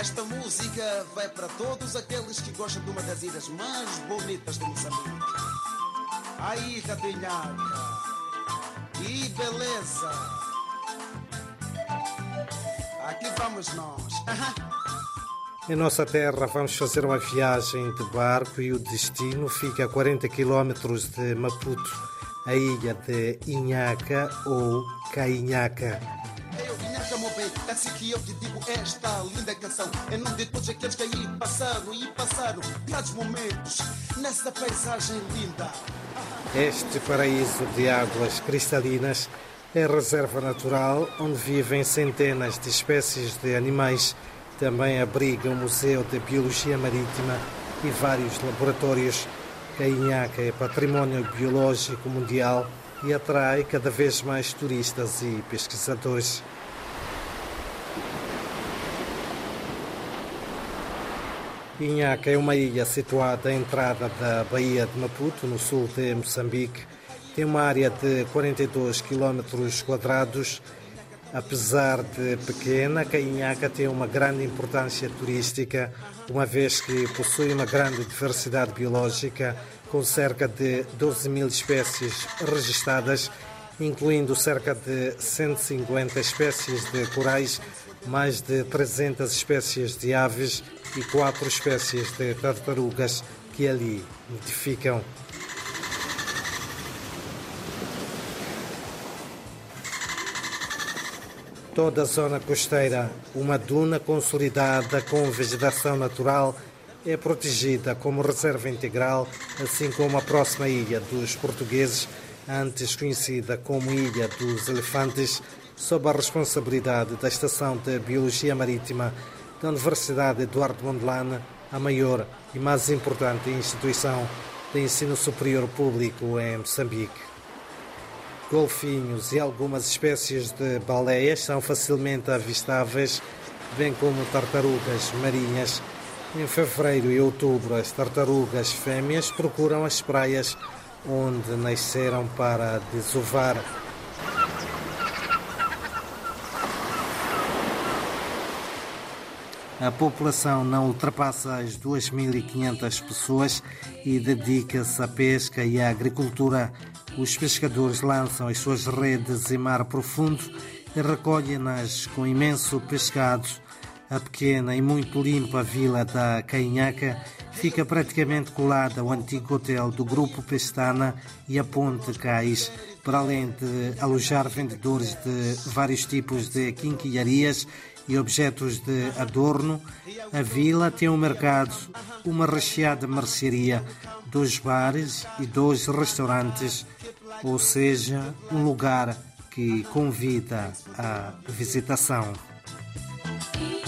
Esta música vai para todos aqueles que gostam de uma das ilhas mais bonitas de Moçambique. A ilha de Inhaca. E beleza! Aqui vamos nós. Em nossa terra vamos fazer uma viagem de barco e o destino fica a 40 km de Maputo, a ilha de Inhaca ou Cainhaca. Inhaca, meu bem, assim que eu te digo esta linda canção. Em nome de todos aqueles que aí passaram grandes momentos nessa paisagem linda. Este paraíso de águas cristalinas é reserva natural onde vivem centenas de espécies de animais. Também abriga um museu de biologia marítima e vários laboratórios. Cainhaca é património biológico mundial e atrai cada vez mais turistas e pesquisadores. Inhaca é uma ilha situada à entrada da Baía de Maputo, no sul de Moçambique. Tem uma área de 42 km². Apesar de pequena, Cainhaca tem uma grande importância turística, uma vez que possui uma grande diversidade biológica, com cerca de 12 mil espécies registadas, incluindo cerca de 150 espécies de corais, mais de 300 espécies de aves e 4 espécies de tartarugas que ali nidificam. Toda a zona costeira, uma duna consolidada com vegetação natural, é protegida como reserva integral, assim como a próxima ilha dos portugueses, antes conhecida como Ilha dos Elefantes, sob a responsabilidade da Estação de Biologia Marítima da Universidade Eduardo Mondlane, a maior e mais importante instituição de ensino superior público em Moçambique. Golfinhos e algumas espécies de baleias são facilmente avistáveis, bem como tartarugas marinhas. Em fevereiro e outubro, as tartarugas fêmeas procuram as praias onde nasceram para desovar. A população não ultrapassa as 2.500 pessoas e dedica-se à pesca e à agricultura. Os pescadores lançam as suas redes em mar profundo e recolhem-nas com imenso pescado. A pequena e muito limpa vila da Cainhaca fica praticamente colada ao antigo hotel do Grupo Pestana e a Ponte Cais, para além de alojar vendedores de vários tipos de quinquilharias e objetos de adorno. A vila tem um mercado, uma recheada mercearia, 2 bares e 2 restaurantes, ou seja, um lugar que convida à visitação.